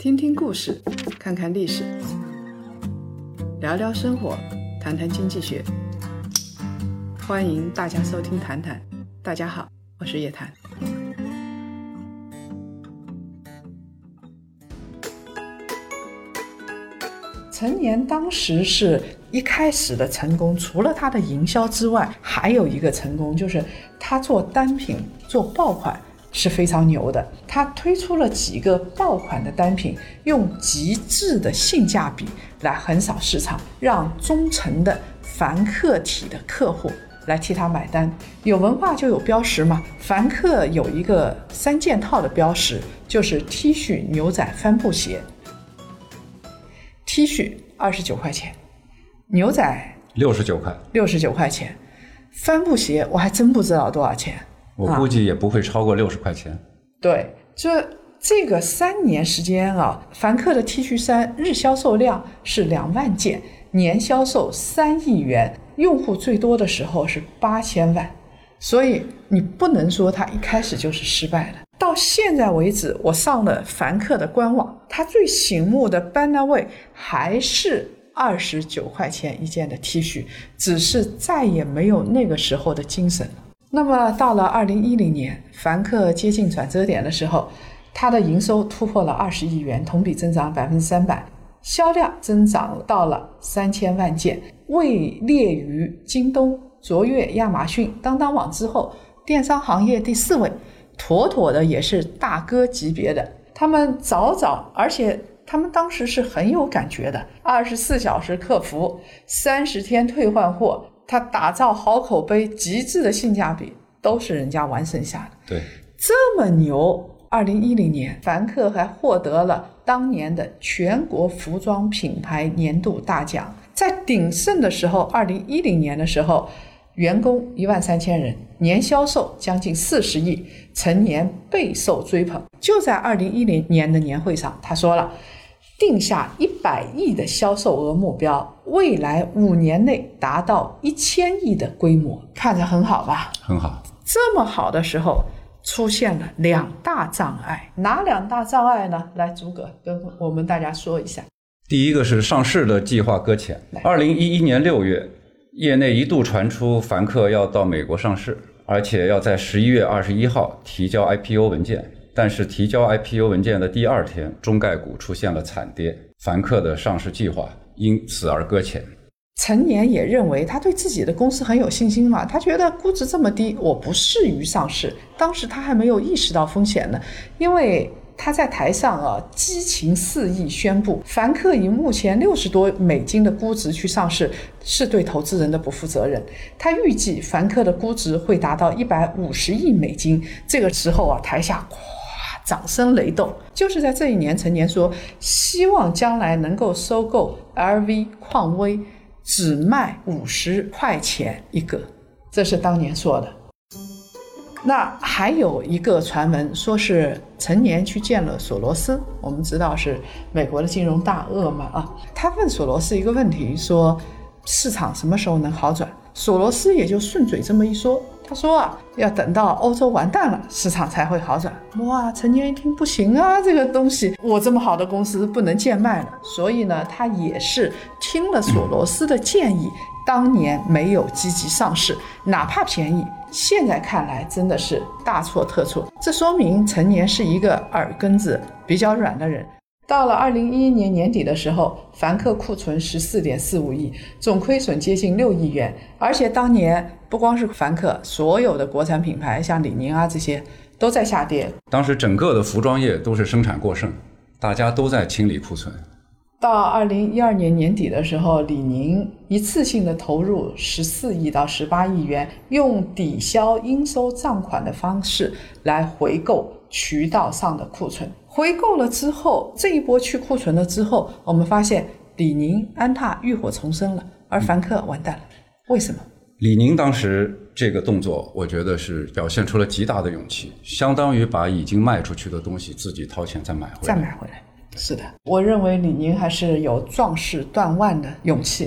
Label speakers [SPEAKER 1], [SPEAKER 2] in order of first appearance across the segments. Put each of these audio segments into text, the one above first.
[SPEAKER 1] 听听故事，看看历史，聊聊生活，谈谈经济学。欢迎大家收听谈谈。大家好，我是叶檀。陈年当时是一开始的成功，除了他的营销之外，还有一个成功就是他做单品做爆款是非常牛的。他推出了几个爆款的单品，用极致的性价比来横扫市场，让忠诚的凡客体的客户来替他买单。有文化就有标识嘛，凡客有一个3件套的标识，就是 T 恤、牛仔、帆布鞋。T 恤29块钱，牛仔69块钱，帆布鞋我还真不知道多少钱，
[SPEAKER 2] 我估计也不会超过60块钱。
[SPEAKER 1] 对，这个3年时间啊，凡客的 T 恤衫日销售量是2万件，年销售3亿元，用户最多的时候是8000万，所以你不能说它一开始就是失败的。到现在为止，我上了凡客的官网，它最醒目的 banner 位还是29块钱一件的 T 恤，只是再也没有那个时候的精神了。那么到了2010年，凡客接近转折点的时候，它的营收突破了20亿元，同比增长300%，销量增长到了3000万件，位列于京东、卓越、亚马逊、当当网之后，电商行业第4位，妥妥的也是大哥级别的。他们而且他们当时是很有感觉的，24小时客服，30天退换货，他打造好口碑，极致的性价比都是人家完剩下的。
[SPEAKER 2] 对，
[SPEAKER 1] 这么牛。2010年凡客还获得了当年的全国服装品牌年度大奖。在鼎盛的时候，2010年的时候，员工13000人，年销售将近40亿，陈年备受追捧。就在2010年的年会上，他说了，定下100亿的销售额目标，未来5年内达到1000亿的规模，看着很好吧？
[SPEAKER 2] 很好。
[SPEAKER 1] 这么好的时候，出现了2大障碍。哪2大障碍呢？来，诸葛跟我们大家说一下。
[SPEAKER 2] 第一个是上市的计划搁浅。2011年6月，业内一度传出凡客要到美国上市，而且要在11月21号提交 IPO 文件。但是提交 IPO 文件的第2天，中概股出现了惨跌，凡客的上市计划因此而搁浅。
[SPEAKER 1] 陈年也认为他对自己的公司很有信心嘛，他觉得估值这么低，我不适于上市。当时他还没有意识到风险呢，因为他在台上激情四溢宣布，凡客以目前60多美金的估值去上市，是对投资人的不负责任。他预计凡客的估值会达到150亿美金。这个时候台下掌声雷动。就是在这一年，陈年说希望将来能够收购 LV、匡威，只卖50块钱一个，这是当年说的。那还有一个传闻说是陈年去见了索罗斯，我们知道是美国的金融大鳄嘛他问索罗斯一个问题，说市场什么时候能好转？索罗斯也就顺嘴这么一说，他说要等到欧洲完蛋了，市场才会好转。哇，陈年一听不行啊，这个东西我这么好的公司不能贱卖了，所以呢，他也是听了索罗斯的建议，当年没有积极上市，哪怕便宜，现在看来真的是大错特错。这说明陈年是一个耳根子比较软的人。到了2011年年底的时候，凡客库存 14.45 亿，总亏损接近6亿元。而且当年不光是凡客，所有的国产品牌像李宁这些都在下跌。
[SPEAKER 2] 当时整个的服装业都是生产过剩，大家都在清理库存。
[SPEAKER 1] 到2012年年底的时候，李宁一次性的投入14亿到18亿元，用抵消应收账款的方式来回购渠道上的库存。回购了之后，这一波去库存了之后，我们发现李宁、安踏浴火重生了，而凡客完蛋了。为什么？
[SPEAKER 2] 李宁当时这个动作，我觉得是表现出了极大的勇气，相当于把已经卖出去的东西自己掏钱再买回来。是的，我认为李宁还是有壮士断腕的勇气的。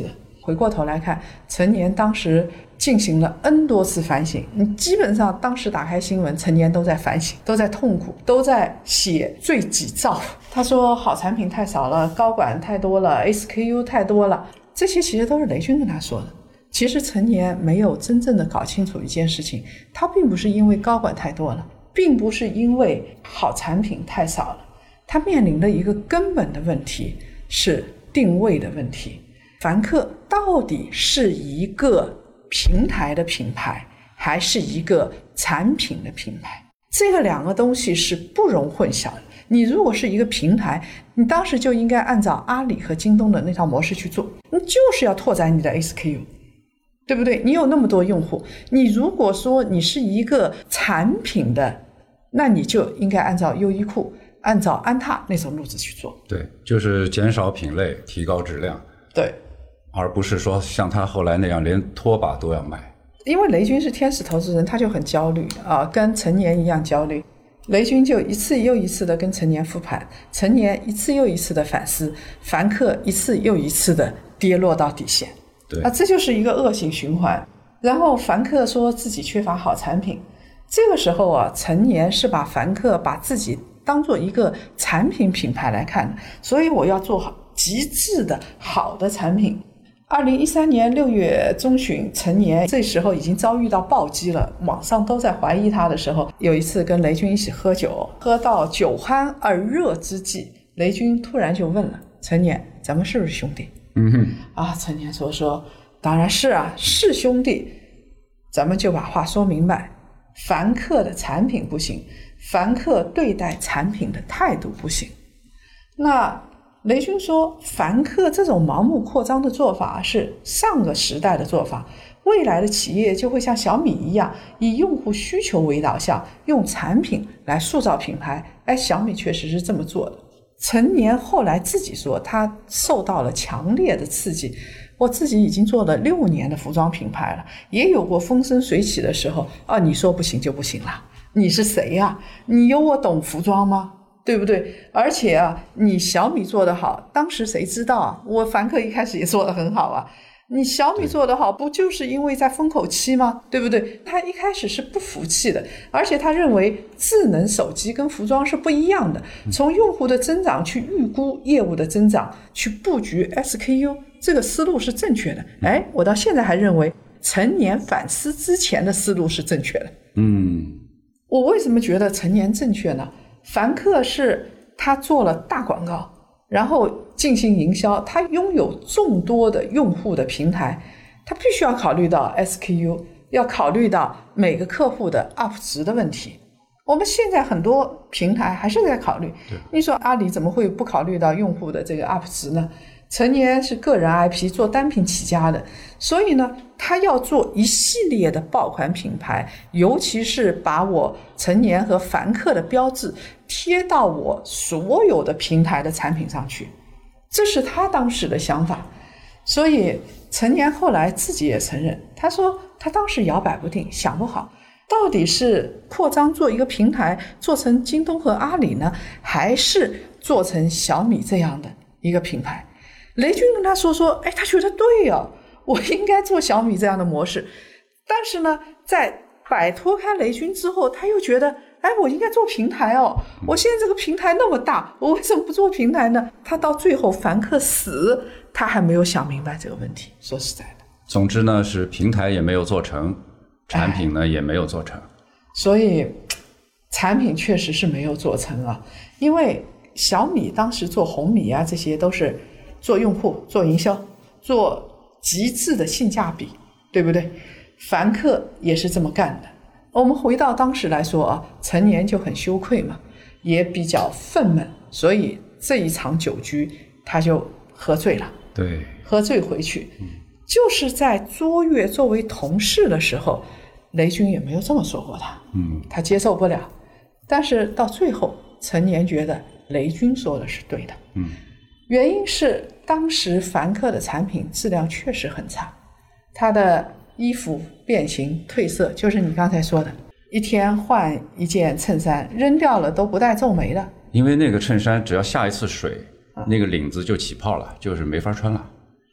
[SPEAKER 1] 回过头来看，陈年当时进行了 N 多次反省，你基本上当时打开新闻，陈年都在反省，都在痛苦，都在写罪己造。他说好产品太少了，高管太多了， SKU 太多了，这些其实都是雷军跟他说的。其实陈年没有真正的搞清楚一件事情，他并不是因为高管太多了，并不是因为好产品太少了，他面临的一个根本的问题是定位的问题。凡客到底是一个平台的品牌，还是一个产品的品牌？这个两个东西是不容混淆的。你如果是一个平台，你当时就应该按照阿里和京东的那套模式去做，你就是要拓展你的 SKU， 对不对？你有那么多用户，你如果说你是一个产品的，那你就应该按照优衣库、按照安踏那种路子去做。
[SPEAKER 2] 对，就是减少品类，提高质量。
[SPEAKER 1] 对，
[SPEAKER 2] 而不是说像他后来那样连拖把都要卖。
[SPEAKER 1] 因为雷军是天使投资人，他就很焦虑啊，跟陈年一样焦虑。雷军就一次又一次的跟陈年复盘，陈年一次又一次的反思，凡客一次又一次的跌落到底线。
[SPEAKER 2] 对
[SPEAKER 1] 啊，这就是一个恶性循环。然后凡客说自己缺乏好产品，这个时候啊，陈年是把凡客把自己当做一个产品品牌来看的，所以我要做好极致的好的产品。2013年6月中旬，陈年这时候已经遭遇到暴击了，网上都在怀疑他的时候，有一次跟雷军一起喝酒，喝到酒酣耳热之际，雷军突然就问了陈年，咱们是不是兄弟？陈年说当然是啊，是兄弟。咱们就把话说明白，凡客的产品不行，凡客对待产品的态度不行。那雷军说，凡客这种盲目扩张的做法是上个时代的做法，未来的企业就会像小米一样，以用户需求为导向，用产品来塑造品牌。小米确实是这么做的。陈年后来自己说，他受到了强烈的刺激，我自己已经做了6年的服装品牌了，也有过风生水起的时候你说不行就不行了，你是谁呀？你有我懂服装吗？对不对？而且你小米做得好，当时谁知道啊？我凡客一开始也做得很好啊。你小米做得好，不就是因为在风口期吗？对不对？他一开始是不服气的，而且他认为智能手机跟服装是不一样的，从用户的增长去预估业务的增长，去布局 SKU， 这个思路是正确的。我到现在还认为陈年反思之前的思路是正确的。我为什么觉得陈年正确呢？凡客是他做了大广告，然后进行营销，他拥有众多的用户的平台，他必须要考虑到 SKU， 要考虑到每个客户的 UP 值的问题。我们现在很多平台还是在考虑，你说阿里怎么会不考虑到用户的这个 UP 值呢？陈年是个人 IP 做单品起家的，所以呢他要做一系列的爆款品牌，尤其是把我陈年和凡客的标志贴到我所有的平台的产品上去，这是他当时的想法。所以陈年后来自己也承认，他说他当时摇摆不定，想不好到底是扩张做一个平台做成京东和阿里呢，还是做成小米这样的一个品牌。雷军跟他说他觉得对啊，我应该做小米这样的模式。但是呢，在摆脱开雷军之后，他又觉得我应该做平台哦，我现在这个平台那么大，我为什么不做平台呢？他到最后凡客死，他还没有想明白这个问题。说实在的，
[SPEAKER 2] 总之呢，是平台也没有做成，产品呢也没有做成。
[SPEAKER 1] 所以产品确实是没有做成啊。因为小米当时做红米啊，这些都是做用户、做营销、做极致的性价比，对不对？凡客也是这么干的。我们回到当时来说陈年就很羞愧嘛，也比较愤懑，所以这一场酒局他就喝醉了。
[SPEAKER 2] 对，
[SPEAKER 1] 喝醉回去，就是在卓越作为同事的时候，雷军也没有这么说过他，他接受不了。但是到最后，陈年觉得雷军说的是对的，原因是当时凡客的产品质量确实很差，他的衣服变形褪色，就是你刚才说的，一天换一件衬衫，扔掉了都不带皱眉的。
[SPEAKER 2] 因为那个衬衫只要下一次水，那个领子就起泡了，就是没法穿了。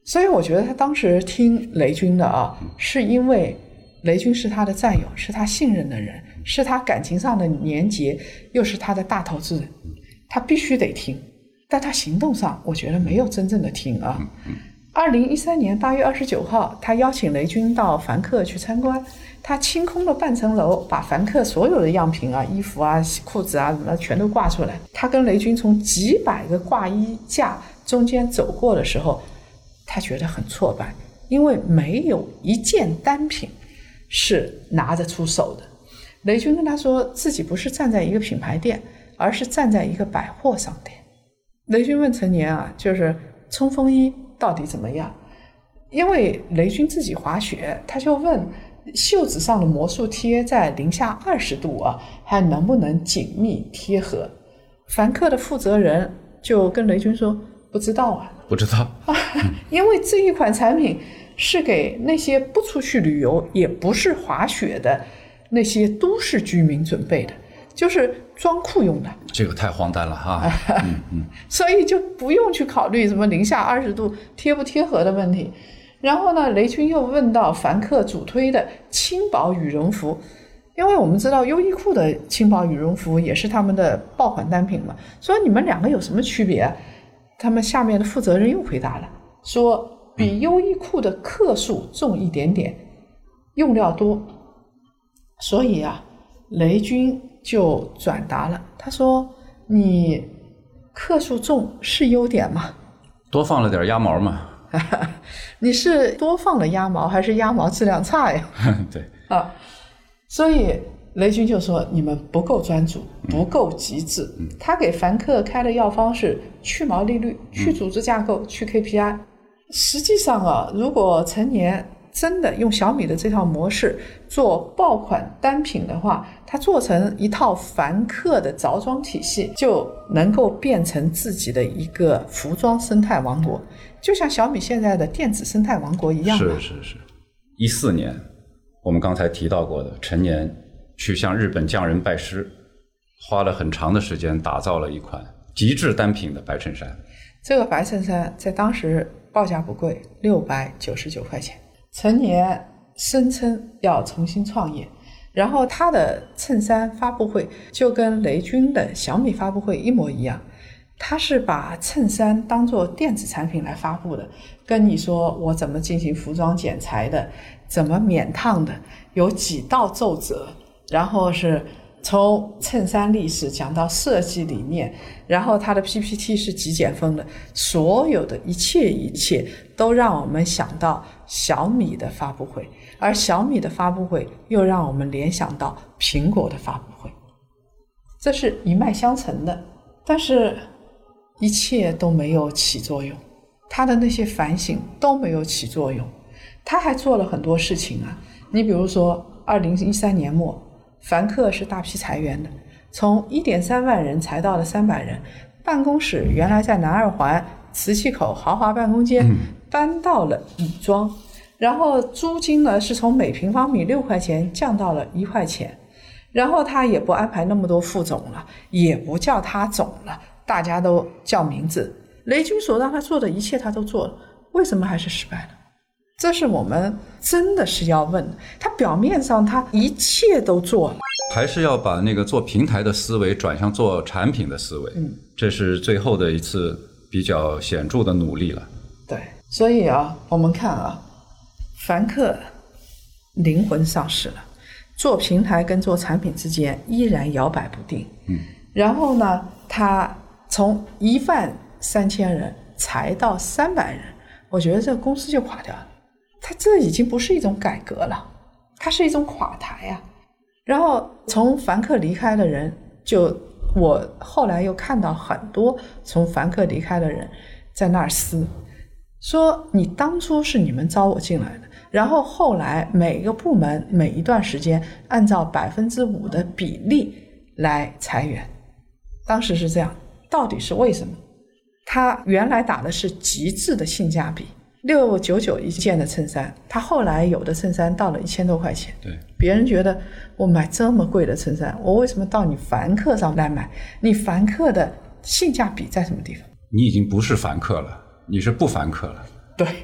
[SPEAKER 1] 所以我觉得他当时听雷军的啊，是因为雷军是他的战友，是他信任的人，是他感情上的连结，又是他的大投资人，他必须得听。但他行动上我觉得没有真正的听啊。2013年8月29号，他邀请雷军到凡客去参观，他清空了半层楼，把凡客所有的样品啊、衣服啊、裤子啊什么全都挂出来。他跟雷军从几百个挂衣架中间走过的时候，他觉得很挫败，因为没有一件单品是拿得出手的。雷军跟他说自己不是站在一个品牌店，而是站在一个百货商店。雷军问陈年啊，就是冲锋衣到底怎么样？因为雷军自己滑雪，他就问袖子上的魔术贴在-20度啊，还能不能紧密贴合？凡客的负责人就跟雷军说不知道啊，
[SPEAKER 2] 不知道
[SPEAKER 1] 因为这一款产品是给那些不出去旅游也不是滑雪的那些都市居民准备的，就是装酷用的。
[SPEAKER 2] 这个太荒诞了哈
[SPEAKER 1] 所以就不用去考虑什么-20度贴不贴合的问题。然后呢，雷军又问到凡客主推的轻薄羽绒服，因为我们知道优衣库的轻薄羽绒服也是他们的爆款单品嘛，说你们两个有什么区别？他们下面的负责人又回答了，说比优衣库的克数重一点点，用料多。所以啊，雷军就转达了，他说你克数重是优点吗？
[SPEAKER 2] 多放了点鸭毛嘛
[SPEAKER 1] 你是多放了鸭毛还是鸭毛质量差呀
[SPEAKER 2] 对
[SPEAKER 1] 啊，所以雷军就说你们不够专注，不够极致。他给凡客开的药方是去毛利率、去组织架构、去 KPI。实际上啊，如果陈年真的用小米的这套模式做爆款单品的话，它做成一套凡客的着装体系，就能够变成自己的一个服装生态王国，就像小米现在的电子生态王国一样。
[SPEAKER 2] 是14年我们刚才提到过的，陈年去向日本匠人拜师，花了很长的时间打造了一款极致单品的白衬衫。
[SPEAKER 1] 这个白衬衫在当时报价不贵，699块钱。陈年声称要重新创业，然后他的衬衫发布会就跟雷军的小米发布会一模一样，他是把衬衫当作电子产品来发布的，跟你说我怎么进行服装剪裁的，怎么免烫的，有几道皱褶，然后是从衬衫历史讲到设计理念，然后它的 PPT 是极简风的，所有的一切都让我们想到小米的发布会，而小米的发布会又让我们联想到苹果的发布会，这是一脉相承的。但是一切都没有起作用，他的那些反省都没有起作用。他还做了很多事情啊，你比如说2013年末凡客是大批裁员的，从1.3万人裁到了300人，办公室原来在南二环瓷器口豪华办公间搬到了乙庄，然后租金呢是从每平方米6块钱降到了1块钱，然后他也不安排那么多副总了，也不叫他总了，大家都叫名字。雷军所让他做的一切他都做了，为什么还是失败了？这是我们真的是要问的。他表面上他一切都做了，
[SPEAKER 2] 还是要把那个做平台的思维转向做产品的思维，这是最后的一次比较显著的努力了。
[SPEAKER 1] 对，所以啊，我们看啊，凡客灵魂丧失了，做平台跟做产品之间依然摇摆不定。然后呢，他从13000人裁到300人，我觉得这个公司就垮掉了。它这已经不是一种改革了，它是一种垮台啊。然后从凡客离开的人，我后来又看到很多从凡客离开的人在那儿撕，说你当初是你们招我进来的，然后后来每个部门每一段时间按照5%的比例来裁员，当时是这样，到底是为什么？他原来打的是极致的性价比，699一件的衬衫，他后来有的衬衫到了1000多块钱。
[SPEAKER 2] 对，
[SPEAKER 1] 别人觉得我买这么贵的衬衫，我为什么到你凡客上来买？你凡客的性价比在什么地方？
[SPEAKER 2] 你已经不是凡客了，你是不凡客了。
[SPEAKER 1] 对，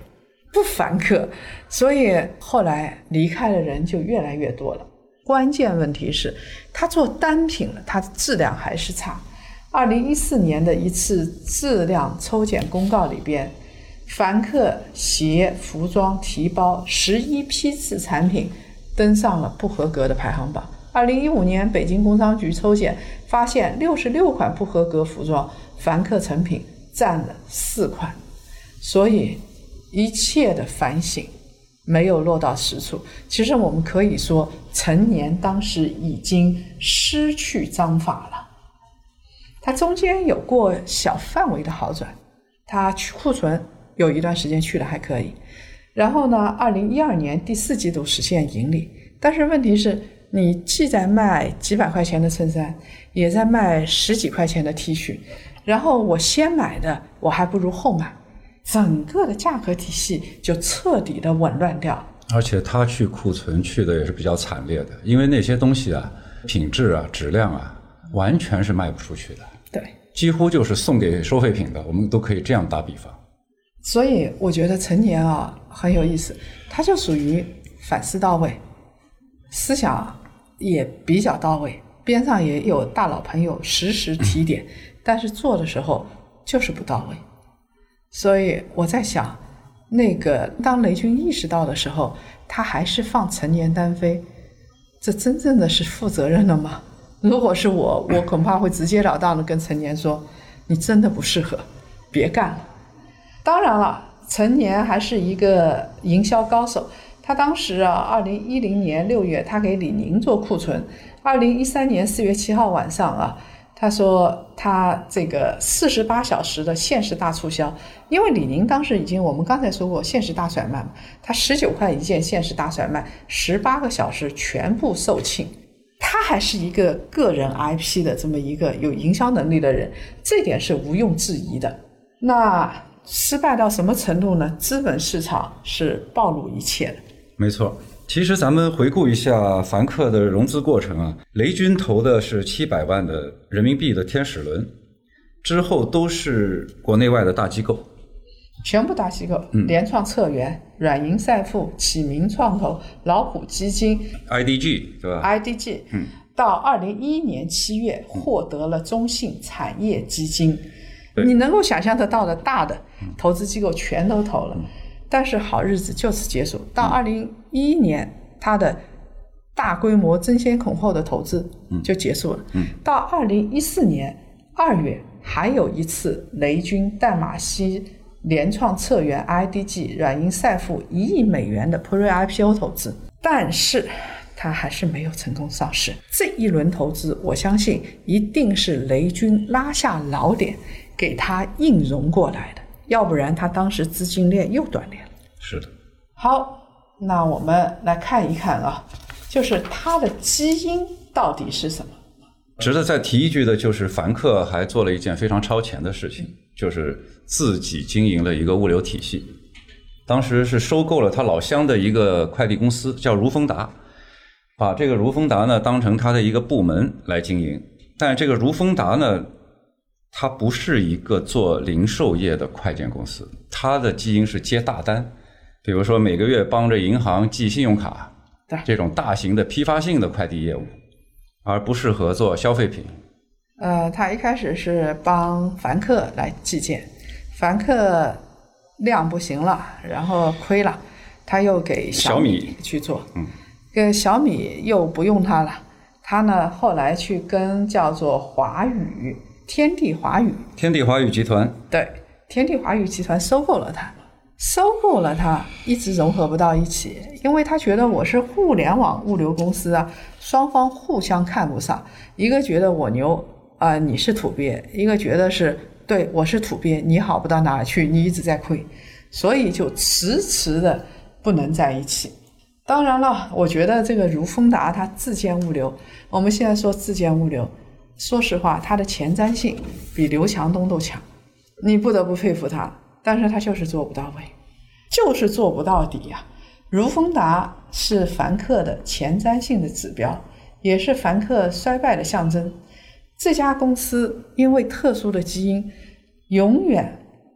[SPEAKER 1] 不凡客，所以后来离开的人就越来越多了。关键问题是他做单品了，他的质量还是差。2014年的一次质量抽检公告里边，凡客鞋、服装、提包11批次产品登上了不合格的排行榜。2015年北京工商局抽检发现66款不合格服装，凡客成品占了4款。所以一切的反省没有落到实处。其实我们可以说陈年当时已经失去章法了，它中间有过小范围的好转，它去库存有一段时间去的还可以，然后呢2012年第4季度实现盈利。但是问题是你既在卖几百块钱的衬衫，也在卖10几块钱的 T 恤，然后我先买的我还不如后买，整个的价格体系就彻底的紊乱掉。
[SPEAKER 2] 而且他去库存去的也是比较惨烈的，因为那些东西啊，品质啊、质量啊，完全是卖不出去的。
[SPEAKER 1] 对，
[SPEAKER 2] 几乎就是送给收废品的，我们都可以这样打比方。
[SPEAKER 1] 所以我觉得陈年啊很有意思，他就属于反思到位，思想也比较到位，边上也有大佬朋友时时提点，但是做的时候就是不到位。所以我在想，那个当雷军意识到的时候，他还是放陈年单飞，这真正的是负责任了吗？如果是我恐怕会直截了当的跟陈年说，你真的不适合，别干了。当然了，陈年还是一个营销高手，他当时2010年6月他给李宁做库存，2013年4月7号晚上他说他这个48小时的限时大促销，因为李宁当时已经我们刚才说过限时大甩卖嘛，他19块一件限时大甩卖，18个小时全部售罄。他还是一个个人 IP 的这么一个有营销能力的人，这点是毋庸置疑的。那失败到什么程度呢？资本市场是暴露一切的。
[SPEAKER 2] 没错，其实咱们回顾一下凡客的融资过程雷军投的是700万的人民币的天使轮，之后都是国内外的大机构，
[SPEAKER 1] 全部大机构，联创策源、软银赛富、启明创投、老虎基金
[SPEAKER 2] IDG 对吧
[SPEAKER 1] IDG 到2011年7月获得了中信产业基金，你能够想象得到的大的投资机构全都投了，但是好日子就此结束。到2011年它的大规模争先恐后的投资就结束了，到2014年2月还有一次雷军、淡马锡、联创策源、IDG、软银赛富1亿美元的 Pre-IPO 投资，但是它还是没有成功上市。这一轮投资我相信一定是雷军拉下老点给他硬融过来的，要不然他当时资金链又断裂了。
[SPEAKER 2] 是的。
[SPEAKER 1] 好，那我们来看一看就是他的基因到底是什么。
[SPEAKER 2] 值得再提一句的就是凡客还做了一件非常超前的事情，就是自己经营了一个物流体系。当时是收购了他老乡的一个快递公司叫如丰达，把这个如丰达呢当成他的一个部门来经营。但这个如丰达呢，它不是一个做零售业的快件公司，它的基因是接大单，比如说每个月帮着银行寄信用卡，这种大型的批发性的快递业务，而不适合做消费品。
[SPEAKER 1] 他一开始是帮凡客来寄件，凡客量不行了，然后亏了，他又给小米去做，跟小米又不用他了，他呢后来去跟叫做华宇天地华宇
[SPEAKER 2] 集团，
[SPEAKER 1] 对，天地华宇集团收购了他，一直融合不到一起，因为他觉得我是互联网物流公司双方互相看不上，一个觉得我牛你是土鳖，一个觉得是对我是土鳖，你好不到哪去，你一直在亏，所以就迟的不能在一起。当然了，我觉得这个如丰达它自建物流，我们现在说自建物流，说实话它的前瞻性比刘强东都强，你不得不佩服他，但是他就是做不到位，就是做不到底如丰达是凡客的前瞻性的指标，也是凡客衰败的象征。这家公司因为特殊的基因，永远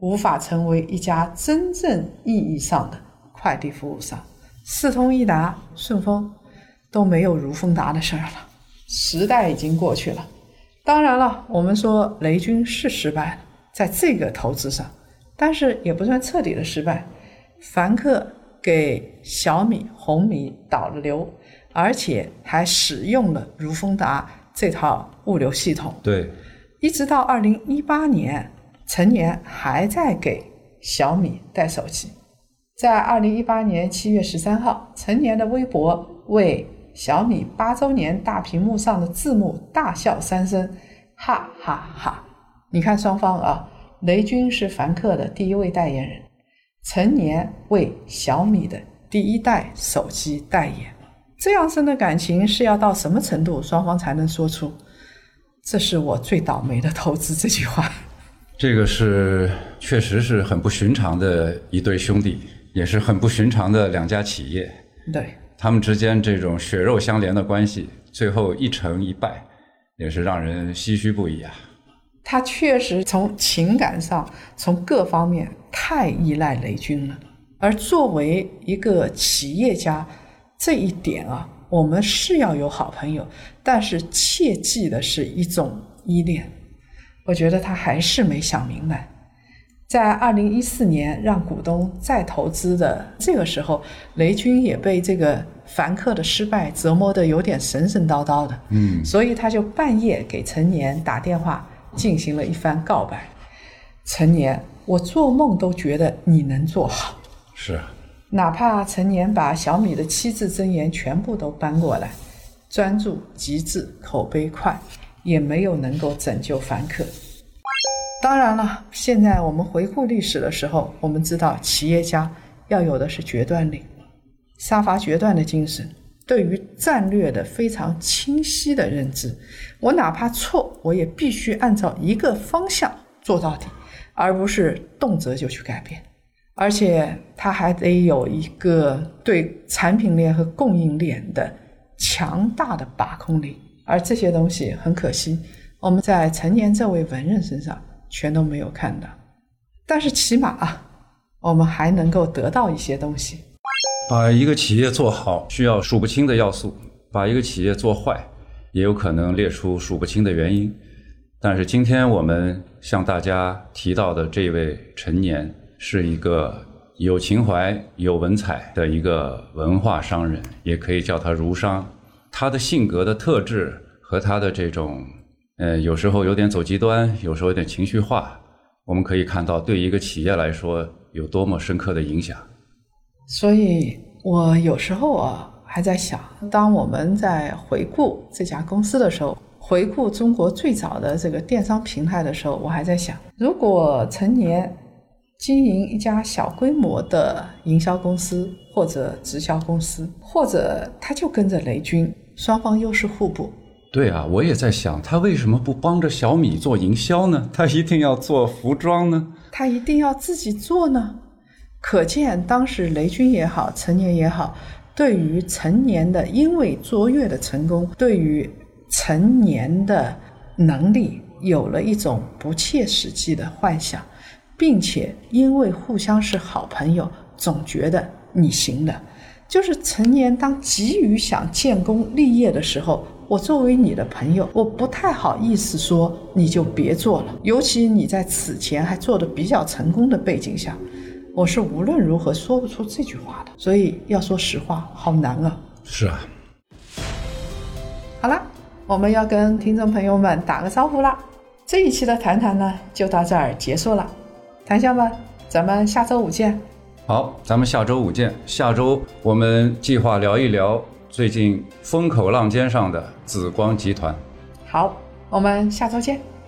[SPEAKER 1] 无法成为一家真正意义上的快递服务商。四通一达、顺丰都没有如风达的事儿了，时代已经过去了。当然了，我们说雷军是失败了，在这个投资上，但是也不算彻底的失败。凡客给小米、红米导了流，而且还使用了如风达这套物流系统。
[SPEAKER 2] 对，
[SPEAKER 1] 一直到2018年，陈年还在给小米带手机。在2018年7月13号，陈年的微博为小米8周年大屏幕上的字幕大笑3声，哈哈哈！你看双方啊，雷军是凡客的第一位代言人，陈年为小米的第一代手机代言。这样深的感情是要到什么程度，双方才能说出这是我最倒霉的投资这句话？
[SPEAKER 2] 这个是确实是很不寻常的一对兄弟，也是很不寻常的两家企业。
[SPEAKER 1] 对，
[SPEAKER 2] 他们之间这种血肉相连的关系，最后一成一败，也是让人唏嘘不已啊。
[SPEAKER 1] 他确实从情感上，从各方面太依赖雷军了。而作为一个企业家，这一点啊，我们是要有好朋友，但是切记的是一种依恋。我觉得他还是没想明白。在2014年让股东再投资的这个时候，雷军也被这个凡客的失败折磨得有点神神叨叨的，所以他就半夜给陈年打电话进行了一番告白。陈年，我做梦都觉得你能做好。
[SPEAKER 2] 是啊，
[SPEAKER 1] 哪怕陈年把小米的7字真言全部都搬过来，专注、极致、口碑快，也没有能够拯救凡客。当然了，现在我们回顾历史的时候，我们知道企业家要有的是决断力，杀伐决断的精神，对于战略的非常清晰的认知。我哪怕错，我也必须按照一个方向做到底，而不是动辄就去改变。而且他还得有一个对产品链和供应链的强大的把控力，而这些东西很可惜，我们在陈年这位文人身上全都没有看到。但是起码啊，我们还能够得到一些东西。
[SPEAKER 2] 把一个企业做好需要数不清的要素，把一个企业做坏也有可能列出数不清的原因。但是今天我们向大家提到的这位陈年，是一个有情怀有文采的一个文化商人，也可以叫他儒商。他的性格的特质和他的这种有时候有点走极端，有时候有点情绪化，我们可以看到对一个企业来说有多么深刻的影响。
[SPEAKER 1] 所以我有时候啊还在想，当我们在回顾这家公司的时候，回顾中国最早的这个电商平台的时候，我还在想，如果陈年经营一家小规模的营销公司或者直销公司，或者他就跟着雷军，双方优势互补。
[SPEAKER 2] 对啊，我也在想，他为什么不帮着小米做营销呢？他一定要做服装呢？
[SPEAKER 1] 他一定要自己做呢？可见当时雷军也好，陈年也好，对于陈年的因为卓越的成功，对于陈年的能力有了一种不切实际的幻想，并且因为互相是好朋友，总觉得你行的。就是陈年当急于想建功立业的时候，我作为你的朋友，我不太好意思说你就别做了，尤其你在此前还做得比较成功的背景下，我是无论如何说不出这句话的。所以要说实话，好难啊。
[SPEAKER 2] 是啊。
[SPEAKER 1] 好了，我们要跟听众朋友们打个招呼了。这一期的谈谈呢，就到这儿结束了。谈笑们，咱们下周五见。
[SPEAKER 2] 好，咱们下周五见。下周我们计划聊一聊最近风口浪尖上的紫光集团。
[SPEAKER 1] 好，我们下周见。